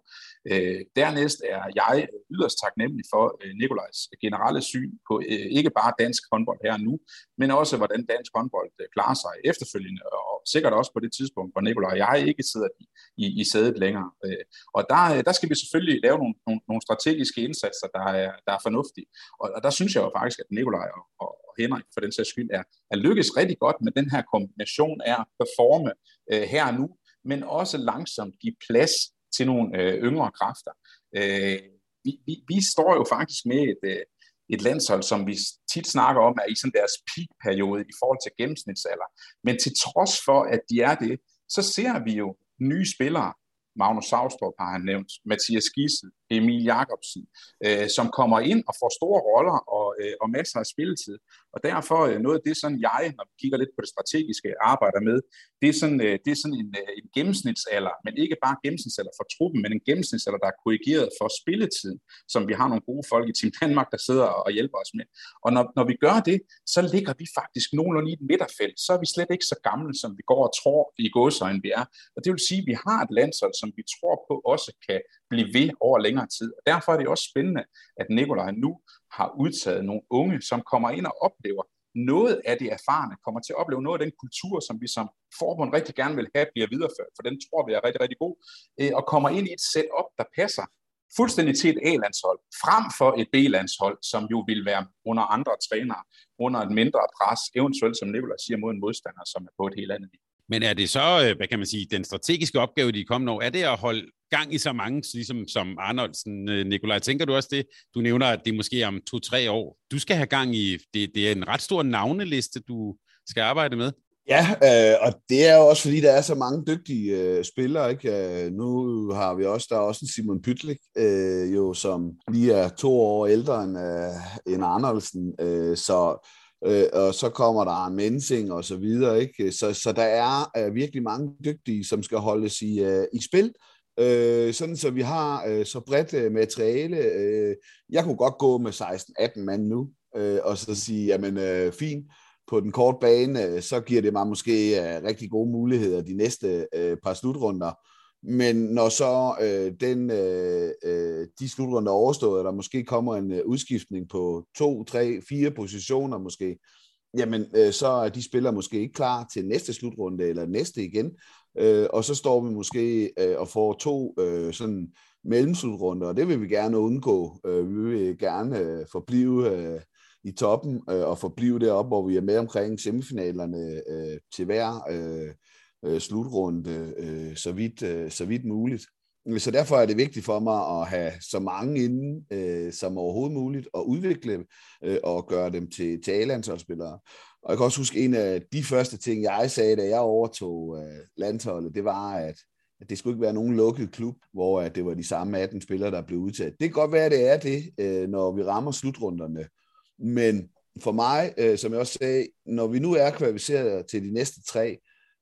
Øh, dernæst er jeg yderst taknemmelig for øh, Nikolajs generelle syn på øh, ikke bare dansk håndbold her og nu, men også hvordan dansk håndbold øh, klarer sig efterfølgende, og sikkert også på det tidspunkt, hvor Nikolaj og jeg ikke sidder i, i, i sædet længere. Øh, og der, der skal vi selvfølgelig lave nogle, nogle, nogle strategiske indsatser, der er, der er fornuftige. Og, og der synes jeg jo faktisk, at Nikolaj og, og, og Henrik for den sags skyld er, er lykkes rigtig godt med den her kombination af at performe øh, her og nu, men også langsomt give plads til nogle øh, yngre kræfter. Øh, vi, vi, vi står jo faktisk med et, øh, et landshold, som vi tit snakker om, er i sådan deres peak-periode i forhold til gennemsnitsalder. Men til trods for, at de er det, så ser vi jo nye spillere. Magnus Saustrup har han nævnt, Mathias Gissel, Emil Jacobsen, øh, som kommer ind og får store roller og, øh, og masser af spilletid. Og derfor øh, noget af det, sådan jeg, når vi kigger lidt på det strategiske, arbejder med, det er sådan, øh, det er sådan en, øh, en gennemsnitsalder, men ikke bare gennemsnitsalder for truppen, men en gennemsnitsalder, der er korrigeret for spilletiden, som vi har nogle gode folk i Team Danmark, der sidder og hjælper os med. Og når, når vi gør det, så ligger vi faktisk nogenlunde i et midterfelt. Så er vi slet ikke så gamle, som vi går og tror i gåseøjne, vi er. Og det vil sige, at vi har et landshold, som vi tror på også kan blive ved over længere tid. Og derfor er det også spændende, at Nikolaj nu har udtaget nogle unge, som kommer ind og oplever noget af det erfarne, kommer til at opleve noget af den kultur, som vi som forbund rigtig gerne vil have, bliver videreført, for den tror vi er rigtig, rigtig god, og kommer ind i et setup, der passer fuldstændig til et A-landshold, frem for et B-landshold, som jo vil være under andre trænere, under et mindre pres, eventuelt som Nikolaj siger, mod en modstander, som er på et helt andet niveau. Men er det så, hvad kan man sige, den strategiske opgave, de kommende år, er det at holde gang i så mange, ligesom som Arnoldsen? Nikolaj, tænker du også det? Du nævner, at det er måske om to-tre år. Du skal have gang i, det, det er en ret stor navneliste, du skal arbejde med. Ja, øh, og det er jo også, fordi der er så mange dygtige øh, spillere, ikke? Øh, nu har vi også, der er også en Simon Pytlik, øh, jo, som lige er to år ældre end, øh, end Arnoldsen, øh, så Øh, og så kommer der en Mensing og så videre, ikke? Så, så der er øh, virkelig mange dygtige, som skal holdes i, øh, i spil, øh, sådan så vi har øh, så bredt øh, materiale. Øh, jeg kunne godt gå med seksten atten mand nu, øh, og så sige, jamen øh, fint, på den korte bane, øh, så giver det mig måske øh, rigtig gode muligheder de næste øh, par slutrunder. Men når så øh, den, øh, øh, de slutrunder er overstået, og der måske kommer en øh, udskiftning på to, tre, fire positioner måske, jamen øh, så er de spillere måske ikke klar til næste slutrunde eller næste igen, øh, og så står vi måske øh, og får to øh, sådan mellemslutrunder, og det vil vi gerne undgå. Øh, vi vil gerne øh, forblive øh, i toppen øh, og forblive deroppe, hvor vi er med omkring semifinalerne øh, til hver øh, Øh, slutrunde, øh, så, vidt, øh, så vidt muligt. Så derfor er det vigtigt for mig at have så mange inde øh, som overhovedet muligt, og udvikle øh, og gøre dem til, til A-landsholdsspillere. Og jeg kan også huske, en af de første ting, jeg sagde, da jeg overtog øh, landsholdet, det var, at, at det skulle ikke være nogen lukket klub, hvor at det var de samme atten spillere, der blev udtaget. Det kan godt være, at det er det, øh, når vi rammer slutrunderne. Men for mig, øh, som jeg også sagde, når vi nu er kvalificeret til de næste tre,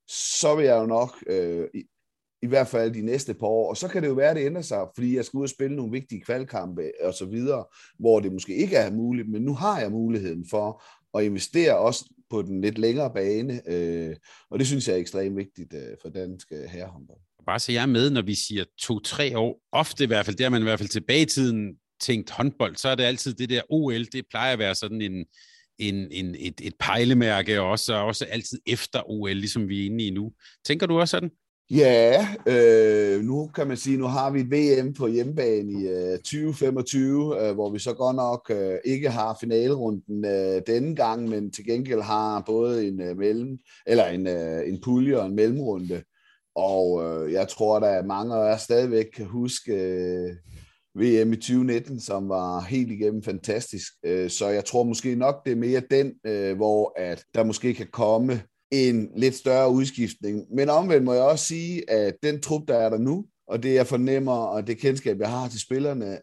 så vil jeg jo nok, øh, i, i hvert fald de næste par år, og så kan det jo være, at det ændrer sig, fordi jeg skal ud og spille nogle vigtige kvalkampe og så videre, hvor det måske ikke er muligt, men nu har jeg muligheden for at investere også på den lidt længere bane, øh, og det synes jeg er ekstremt vigtigt øh, for dansk herrehåndbold. Bare så jeg er med, når vi siger to-tre år, ofte i hvert fald, der man i hvert fald tilbage i tiden tænkt håndbold, så er det altid det der O L, det plejer at være sådan en En, en, et, et pejlemærke, og også, også altid efter O L, ligesom vi er inde i nu. Tænker du også sådan? Ja, øh, nu kan man sige, nu har vi et V M på hjemmebane i øh, tyve femogtyve, øh, hvor vi så godt nok øh, ikke har finalerunden øh, denne gang, men til gengæld har både en øh, mellem, eller en, øh, en pulje og en mellemrunde. Og øh, jeg tror, der er mange af jer stadigvæk kan huske øh, V M i tyve nitten, som var helt igennem fantastisk. Så jeg tror måske nok, det er mere den, hvor at der måske kan komme en lidt større udskiftning. Men omvendt må jeg også sige, at den trup, der er der nu, og det jeg fornemmer, og det kendskab, jeg har til spillerne,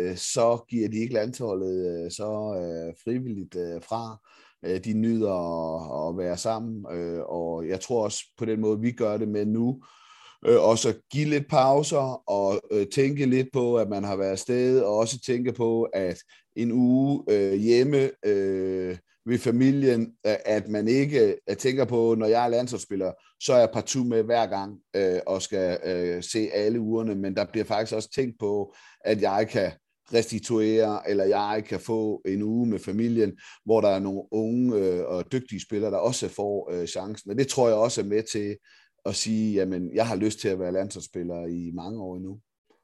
så giver de ikke landsholdet så frivilligt fra. De nyder at være sammen, og jeg tror også på den måde, vi gør det med nu, øh, også give lidt pauser og øh, tænke lidt på, at man har været afsted, og også tænke på, at en uge øh, hjemme øh, ved familien, at man ikke at tænker på, når jeg er landsholdsspiller, så er jeg partout med hver gang øh, og skal øh, se alle ugerne, men der bliver faktisk også tænkt på, at jeg kan restituere, eller jeg kan få en uge med familien, hvor der er nogle unge øh, og dygtige spillere, der også får øh, chancen. Og det tror jeg også er med til at sige, jamen, jeg har lyst til at være landsholdsspiller i mange år endnu.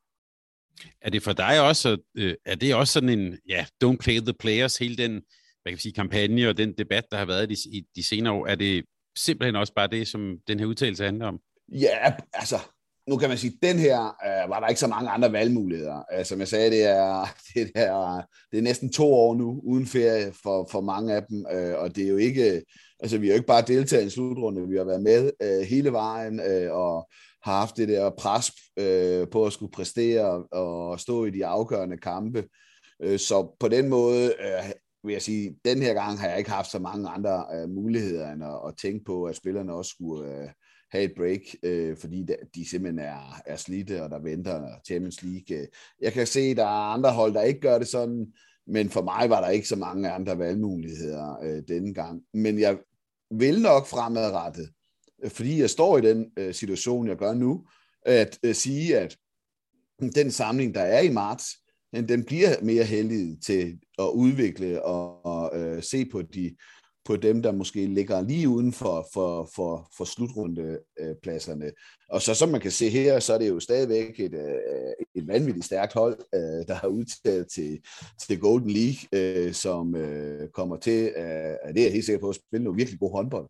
Er det for dig også, øh, er det også sådan en, ja, don't play the players, hele den, hvad kan vi sige, kampagne og den debat, der har været de, i de senere år, er det simpelthen også bare det, som den her udtalelse handler om? Ja, altså, nu kan man sige, den her øh, var der ikke så mange andre valgmuligheder. Altså, som jeg sagde, det er, det er, det er næsten to år nu, uden ferie for, for mange af dem, øh, og det er jo ikke, altså vi har jo ikke bare deltaget i en slutrunde, vi har været med øh, hele vejen, øh, og har haft det der pres øh, på at skulle præstere og stå i de afgørende kampe. Øh, så på den måde øh, vil jeg sige, den her gang har jeg ikke haft så mange andre øh, muligheder end at, at tænke på, at spillerne også skulle øh, have et break, øh, fordi de simpelthen er, er slidte, og der venter Champions League. Jeg kan se, at der er andre hold, der ikke gør det sådan, men for mig var der ikke så mange andre valgmuligheder øh, denne gang. Men jeg vil nok fremadrettet, fordi jeg står i den øh, situation, jeg gør nu, at øh, sige, at den samling, der er i marts, den, den bliver mere heldig til at udvikle og, og øh, se på, de, på dem, der måske ligger lige uden for, for, for, for slutrundepladserne. Og så som man kan se her, så er det jo stadigvæk et, et vanvittigt stærkt hold, der har udtaget til, til Golden League, øh, som øh, kommer til, øh, det er jeg helt sikker på, at spille noget virkelig god håndbold.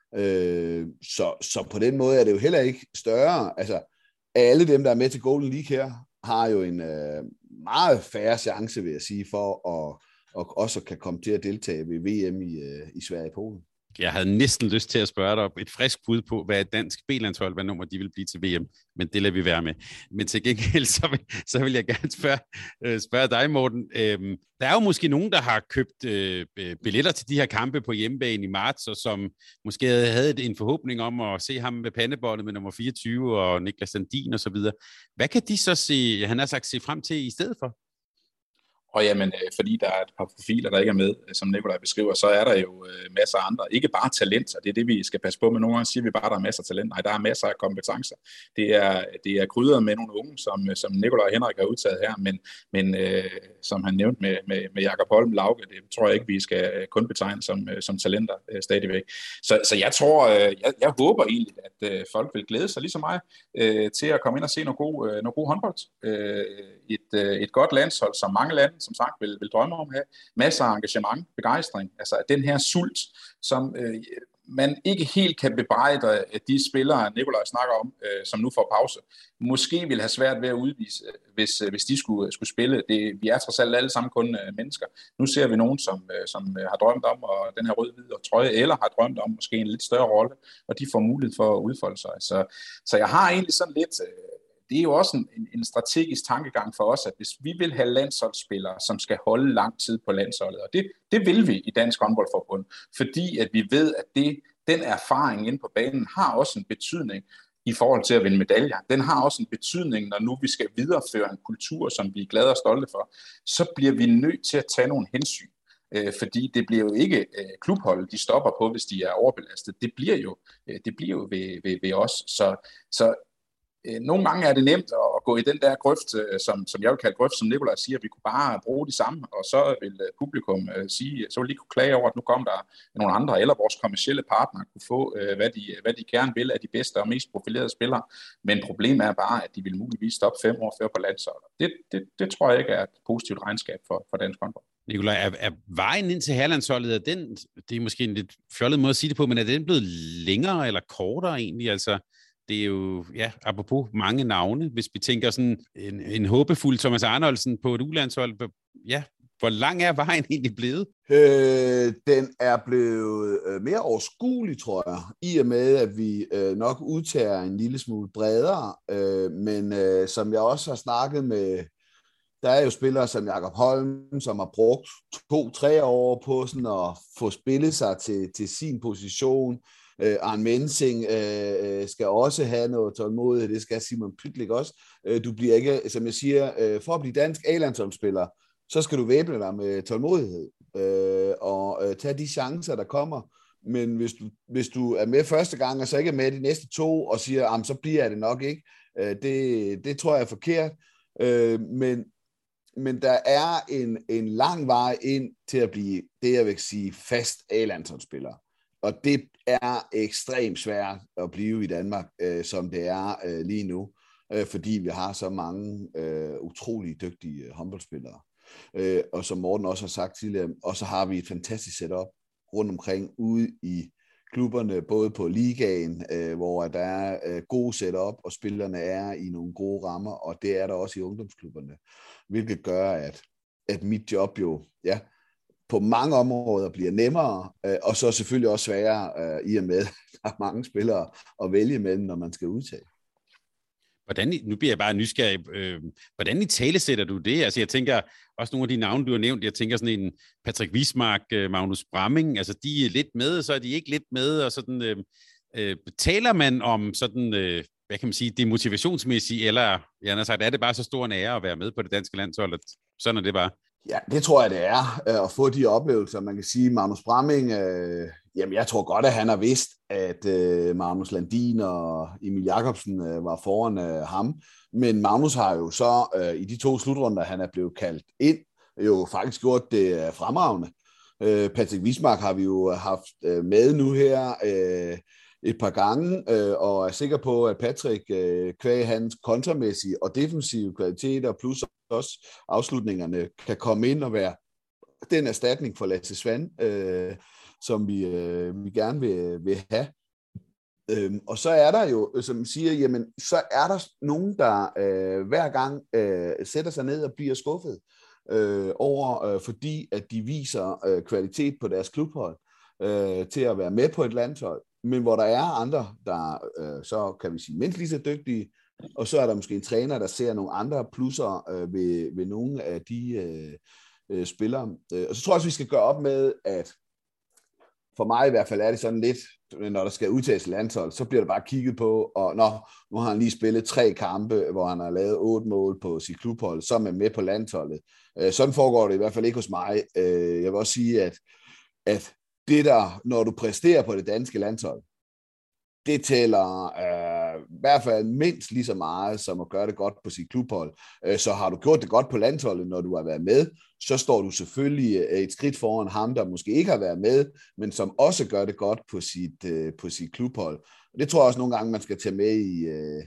Øh, så, så på den måde er det jo heller ikke større. Altså, alle dem, der er med til Golden League her, har jo en øh, meget færre chance, vil jeg sige, for at og også kan komme til at deltage ved V M i, øh, i Sverige og Polen. Jeg havde næsten lyst til at spørge dig op et frisk bud på, hvad et dansk B-landshold, hvad nummer de vil blive til V M, men det lader vi være med. Men til gengæld, så vil, så vil jeg gerne spørge, øh, spørge dig, Morten. Øhm, der er jo måske nogen, der har købt øh, billetter til de her kampe på hjemmebane i marts, og som måske havde en forhåbning om at se ham med pandebåndet med nummer fireogtyve og Niklas Sandin og så videre. Hvad kan de så se, han har sagt, se frem til i stedet for? Og jamen, fordi der er et par profiler, der ikke er med, som Nikolaj beskriver, så er der jo masser af andre. Ikke bare talent, og det er det, vi skal passe på med. Nogle gange siger vi bare, at der er masser af talent. Nej, der er masser af kompetencer. Det er, det er krydret med nogle unge, som, som Nikolaj og Henrik har udtaget her, men, men øh, som han nævnte med, med, med Jakob Holm Lauke, det tror jeg ikke, vi skal kun betegne som, som talenter øh, stadigvæk. Så, så jeg tror, øh, jeg, jeg håber egentlig, at øh, folk vil glæde sig lige så meget øh, til at komme ind og se noget god, øh, noget god håndbold. Øh, et, øh, et godt landshold, som mange lande som sagt vil, vil drømme om at have. Masser af engagement, begejstring, altså den her sult, som øh, man ikke helt kan bebrejde af de spillere, Nikolaj snakker om, øh, som nu får pause, måske vil have svært ved at udvise, hvis, hvis de skulle, skulle spille. Det, vi er trods alt alle sammen kun øh, mennesker. Nu ser vi nogen, som, øh, som har drømt om og den her rød-hvide trøje, eller har drømt om måske en lidt større rolle, og de får mulighed for at udfolde sig. Så, så jeg har egentlig sådan lidt... Øh, Det er jo også en, en strategisk tankegang for os, at hvis vi vil have landsholdsspillere, som skal holde lang tid på landsholdet, og det, det vil vi i Dansk Håndboldforbund, fordi at vi ved, at det, den erfaring inde på banen har også en betydning i forhold til at vinde medaljer. Den har også en betydning, når nu vi skal videreføre en kultur, som vi er glade og stolte for. Så bliver vi nødt til at tage nogle hensyn. Øh, fordi det bliver jo ikke øh, klubhold, de stopper på, hvis de er overbelastet. Det bliver jo, øh, det bliver jo ved, ved, ved os. Så, så nogle gange er det nemt at gå i den der grøft, som, som jeg vil kalde grøft, som Nikolaj siger, at vi kunne bare bruge de samme, og så vil publikum sige, så vil de kunne klage over, at nu kom der nogle andre, eller vores kommercielle partnere kunne få, hvad de, hvad de gerne vil af de bedste og mest profilerede spillere. Men problemet er bare, at de vil muligvis stoppe fem år før på landsholdet. Det, det, det tror jeg ikke er et positivt regnskab for, for dansk håndbold. Nikolaj, er, er vejen ind til herlandsholdet, er den, det er måske en lidt fjollet måde at sige det på, men er den blevet længere eller kortere egentlig? Altså, det er jo, ja, apropos mange navne, hvis vi tænker sådan en, en håbefuld Thomas Arnoldsen på et u-landshold, ja, hvor lang er vejen egentlig blevet? Øh, den er blevet øh, mere overskuelig, tror jeg, i og med, at vi øh, nok udtager en lille smule bredere, øh, men øh, som jeg også har snakket med, der er jo spillere som Jakob Holm, som har brugt to-tre år på sådan at få spillet sig til, til sin position, Øh, Arne Mensing øh, skal også have noget tålmodighed, det skal Simon Pytlik også. Øh, du bliver ikke, som jeg siger, øh, for at blive dansk A-landsholdsspiller, så skal du væbne dig med tålmodighed øh, og øh, tage de chancer, der kommer. Men hvis du, hvis du er med første gang, og så ikke er med de næste to, og siger, så bliver jeg det nok ikke, øh, det, det tror jeg er forkert. Øh, men, men der er en, en lang vej ind til at blive, det jeg vil sige, fast A-landsholdsspiller. Og det er ekstremt svært at blive i Danmark, øh, som det er øh, lige nu, øh, fordi vi har så mange øh, utrolig dygtige håndboldspillere. Øh, og som Morten også har sagt tidligere, og så har vi et fantastisk setup rundt omkring ude i klubberne, både på ligaen, øh, hvor der er øh, gode setup, og spillerne er i nogle gode rammer, og det er der også i ungdomsklubberne, hvilket gør, at, at mit job jo, ja, på mange områder bliver nemmere, øh, og så selvfølgelig også sværere, øh, i og med, at der er mange spillere at vælge mellem, når man skal udtage. Hvordan, nu bliver jeg bare nysgerrig, øh, hvordan i tale sætter du det? Altså jeg tænker, også nogle af de navne, du har nævnt, jeg tænker sådan en Patrick Wismark, øh, Magnus Bramming, altså de er lidt med, så er de ikke lidt med, og sådan, øh, øh, taler man om sådan, øh, hvad kan man sige, det motivationsmæssige, eller jeg har sagt, er det bare så stor en ære at være med på det danske landshold, at sådan er det bare? Ja, det tror jeg, det er, at få de oplevelser. Man kan sige, Magnus Bramming, øh, jamen jeg tror godt, at han har vidst, at øh, Magnus Landin og Emil Jacobsen øh, var foran øh, ham. Men Magnus har jo så øh, i de to slutrunder, han er blevet kaldt ind, jo faktisk gjort det fremragende. Øh, Patrick Wismark har vi jo haft øh, med nu her øh, et par gange, øh, og er sikker på, at Patrick, øh, kvæg hans kontramæssige og defensive kvaliteter, plus også afslutningerne, kan komme ind og være den erstatning for Lasse Svand, øh, som vi, øh, vi gerne vil, vil have. Øhm, og så er der jo, som siger, jamen, så er der nogen, der øh, hver gang øh, sætter sig ned og bliver skuffet øh, over, øh, fordi at de viser øh, kvalitet på deres klubhold øh, til at være med på et landshold, men hvor der er andre, der øh, så kan vi sige mindst lige så dygtige, og så er der måske en træner, der ser nogle andre plusser øh, ved, ved nogle af de øh, øh, spillere. Øh, og så tror jeg også, vi skal gøre op med, at for mig i hvert fald er det sådan lidt, når der skal udtages landshold, så bliver der bare kigget på, og nå, nu har han lige spillet tre kampe, hvor han har lavet otte mål på sit klubhold, så er man med på landsholdet. Øh, sådan foregår det i hvert fald ikke hos mig. Øh, jeg vil også sige, at, at det der, når du præsterer på det danske landshold, det tæller øh, i hvert fald mindst lige så meget, som at gøre det godt på sit klubhold. Øh, så har du gjort det godt på landsholdet, når du har været med, så står du selvfølgelig et skridt foran ham, der måske ikke har været med, men som også gør det godt på sit, øh, på sit klubhold. Og det tror jeg også nogle gange, man skal tage med i, øh,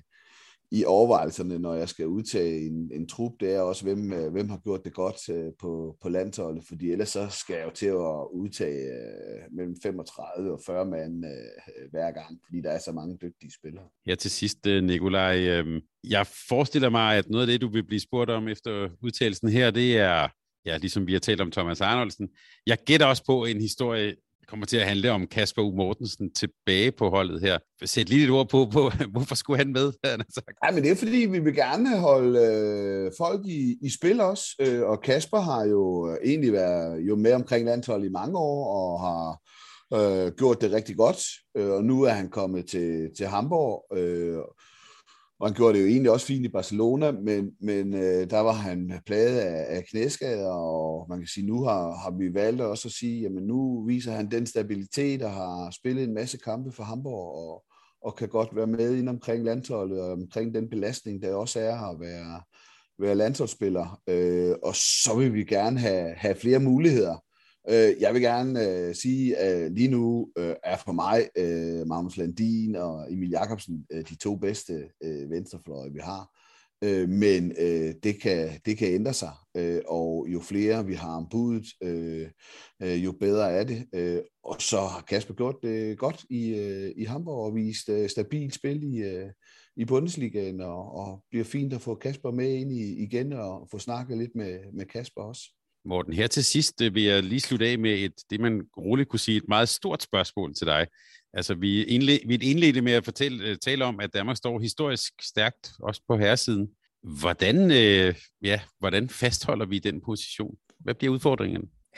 i overvejelserne, når jeg skal udtage en, en trup. Det er også, hvem, øh, hvem har gjort det godt øh, på, på landsholdet, fordi ellers så skal jeg jo til at udtage øh, mellem femogtredive og fyrre mand øh, hver gang, fordi der er så mange dygtige spillere. Ja, til sidst, Nikolaj. Øh, jeg forestiller mig, at noget af det, du vil blive spurgt om efter udtalelsen her, det er, ja, ligesom vi har talt om Thomas Arnoldsen. Jeg gætter også på en historie, kommer til at handle om Kasper U. Mortensen tilbage på holdet her. Sæt lige et ord på, på hvorfor skulle han med? Han ja, men det er fordi, vi vil gerne holde øh, folk i, i spil også, øh, og Kasper har jo egentlig været jo med omkring landsholdet i mange år, og har øh, gjort det rigtig godt, øh, og nu er han kommet til, til Hamburg, øh, og han gjorde det jo egentlig også fint i Barcelona, men, men øh, der var han plaget af, af knæskader, og man kan sige, nu har, har vi valgt også at sige, jamen nu viser han den stabilitet, og har spillet en masse kampe for Hamburg, og, og kan godt være med ind omkring landsholdet, og omkring den belastning, der også er at være, være landsholdsspiller. Øh, og så vil vi gerne have, have flere muligheder. Jeg vil gerne øh, sige, at lige nu øh, er for mig øh, Magnus Landin og Emil Jacobsen øh, de to bedste øh, venstrefløje, vi har. Øh, men øh, det, kan, det kan ændre sig, øh, og jo flere vi har om budet, øh, øh, jo bedre er det. Øh, og så har Kasper gjort det godt i, øh, i Hamburg og vist øh, stabilt spil i, øh, i Bundesligaen, og, og bliver fint at få Kasper med ind i, igen og få snakket lidt med, med Kasper også. Morten, her til sidst vil jeg lige slutte af med et, det man roligt kunne sige, et meget stort spørgsmål til dig. Altså, vi, indled, vi indledte med at fortælle, tale om, at Danmark står historisk stærkt, også på herresiden. Hvordan, øh, ja, hvordan fastholder vi den position? Hvad bliver udfordringen?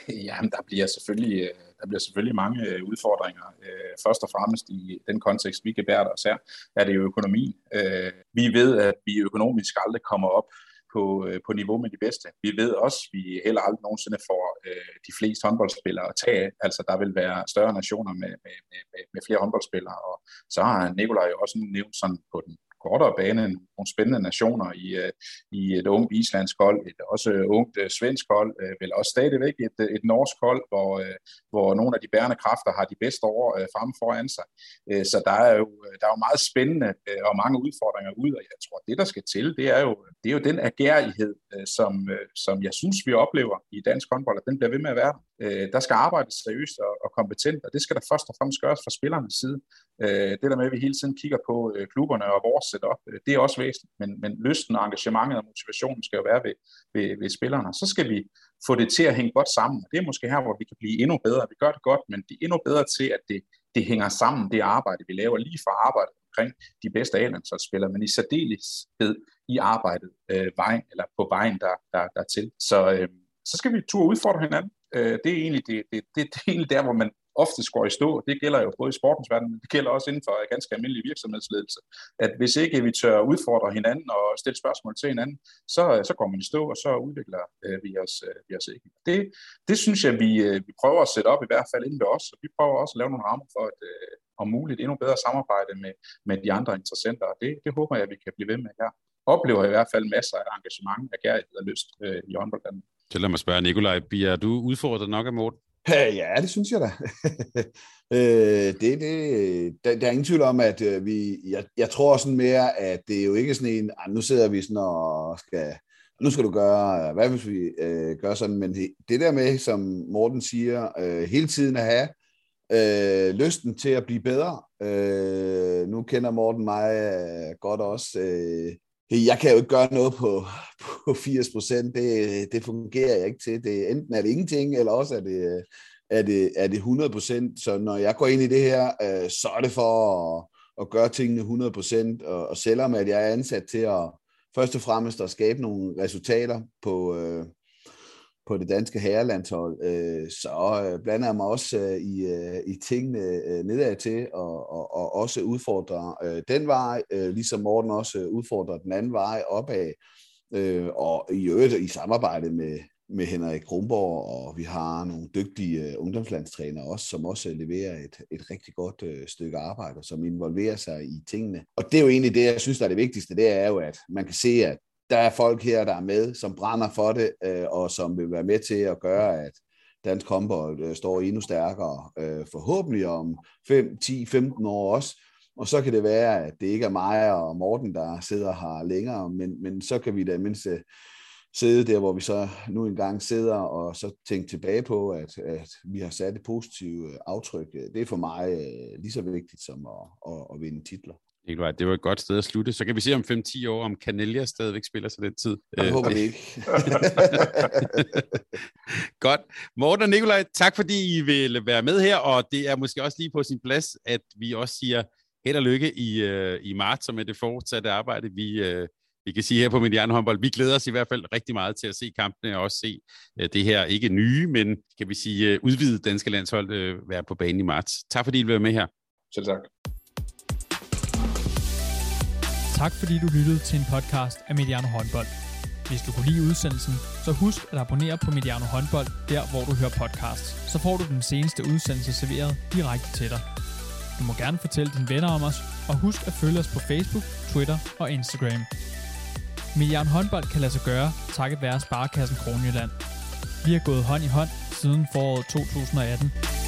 Jamen, der bliver selvfølgelig, der bliver selvfølgelig mange udfordringer. Først og fremmest i den kontekst, vi gebærer os her, er det jo økonomien. Vi ved, at vi økonomisk aldrig kommer op på, på niveau med de bedste. Vi ved også, at vi heller aldrig nogensinde får de fleste håndboldspillere at tage af. Altså, der vil være større nationer med, med, med, med flere håndboldspillere. Og så har Nikolaj jo også nu nævnt sådan på den kortere bane nogle spændende nationer i, i et ungt islandsk hold, et også ungt svensk hold, vel også stadigvæk et, et norsk hold, hvor, hvor nogle af de bærende kræfter har de bedste år fremme foran sig. Så der er jo, der er jo meget spændende og mange udfordringer ud, og jeg tror, det der skal til, det er jo, det er jo den agerighed, som, som jeg synes, vi oplever i dansk håndbold, og den bliver ved med at være. Der skal arbejdes seriøst og, og kompetent, og det skal der først og fremmest gøres fra spillernes side. Det der med, at vi hele tiden kigger på klubberne og vores setup, det er også væsentligt, men, men lysten og engagementet og motivationen skal jo være ved, ved, ved spillerne. Så skal vi få det til at hænge godt sammen, og det er måske her, hvor vi kan blive endnu bedre. Vi gør det godt, men det er endnu bedre til, at det, det hænger sammen, det arbejde, vi laver lige fra arbejdet omkring de bedste A-landsholdsspillere, men i særdeleshed i arbejdet øh, vejen, eller på vejen der, der, der til. Så, øh, så skal vi turde udfordre hinanden. Øh, det, er egentlig, det, det, det, det er egentlig der, hvor man ofte går i stå. Det gælder jo både i sportens verden, men det gælder også inden for ganske almindelig virksomhedsledelse. At hvis ikke vi tør udfordre hinanden og stille spørgsmål til hinanden, så, så går man i stå, og så udvikler øh, vi, os, øh, vi os ikke. Det, det synes jeg, vi, øh, vi prøver at sætte op i hvert fald inden ved os, og vi prøver også at lave nogle rammer for et øh, om muligt endnu bedre samarbejde med, med de andre interessenter, og det, det håber jeg, at vi kan blive ved med her. Oplever i hvert fald masser af engagement, af kærlighed og lyst øh, i håndboldlandet. Så lad mig spørge, Nikolaj, bliver du udfordret nok af Morten? Ja, det synes jeg da. det, det, der, der er ingen tvivl om, at vi, jeg, jeg tror sådan mere, at det er jo ikke sådan en, nu sidder vi sådan og skal, nu skal du gøre, hvad hvis vi øh, gør sådan, men det, det der med, som Morten siger, øh, hele tiden at have øh, lysten til at blive bedre. Øh, nu kender Morten mig øh, godt også. Øh, Jeg kan jo ikke gøre noget på, på firs procent. Det, det fungerer jeg ikke til. Det, enten er det ingenting, eller også er det, er det, er det hundrede procent. Så når jeg går ind i det her, så er det for at, at gøre tingene hundrede procent. Og, og selvom at jeg er ansat til at først og fremmest at skabe nogle resultater på, på det danske herrelandshold, så blander jeg mig også i, i tingene nedad til, og, og, og også udfordrer den vej, ligesom Morten også udfordrer den anden vej opad, og i øvrigt i samarbejde med, med Henrik Kronborg, og vi har nogle dygtige ungdomslandstrænere også, som også leverer et, et rigtig godt stykke arbejde, som involverer sig i tingene. Og det er jo egentlig det, jeg synes, der er det vigtigste, det er jo, at man kan se, at der er folk her, der er med, som brænder for det, øh, og som vil være med til at gøre, at dansk håndbold øh, står endnu stærkere, øh, forhåbentlig om fem, ti, femten år også. Og så kan det være, at det ikke er mig og Morten, der sidder her længere, men, men så kan vi da mindst sidde der, hvor vi så nu engang sidder, og så tænke tilbage på, at, at vi har sat et positivt aftryk. Det er for mig øh, lige så vigtigt som at, at, at vinde titler. Nikolaj, det var et godt sted at slutte. Så kan vi se om fem til ti år, om Canellia stadigvæk spiller sig den tid. Jeg håber det ikke. Godt. Morten og Nikolaj, tak fordi I vil være med her, og det er måske også lige på sin plads, at vi også siger held og lykke i, uh, i marts, som er det fortsatte arbejde, vi, uh, vi kan sige her på Mediano Håndbold. Vi glæder os i hvert fald rigtig meget til at se kampene, og også se uh, det her ikke nye, men kan vi sige uh, udvidet danske landshold uh, være på banen i marts. Tak fordi I vil være med her. Selv tak. Tak fordi du lyttede til en podcast af Mediano Håndbold. Hvis du kunne lide udsendelsen, så husk at abonnere på Mediano Håndbold, der hvor du hører podcasts. Så får du den seneste udsendelse serveret direkte til dig. Du må gerne fortælle dine venner om os, og husk at følge os på Facebook, Twitter og Instagram. Mediano Håndbold kan lade sig gøre, takket være Sparekassen Kronjylland. Vi har gået hånd i hånd siden foråret to tusind og atten.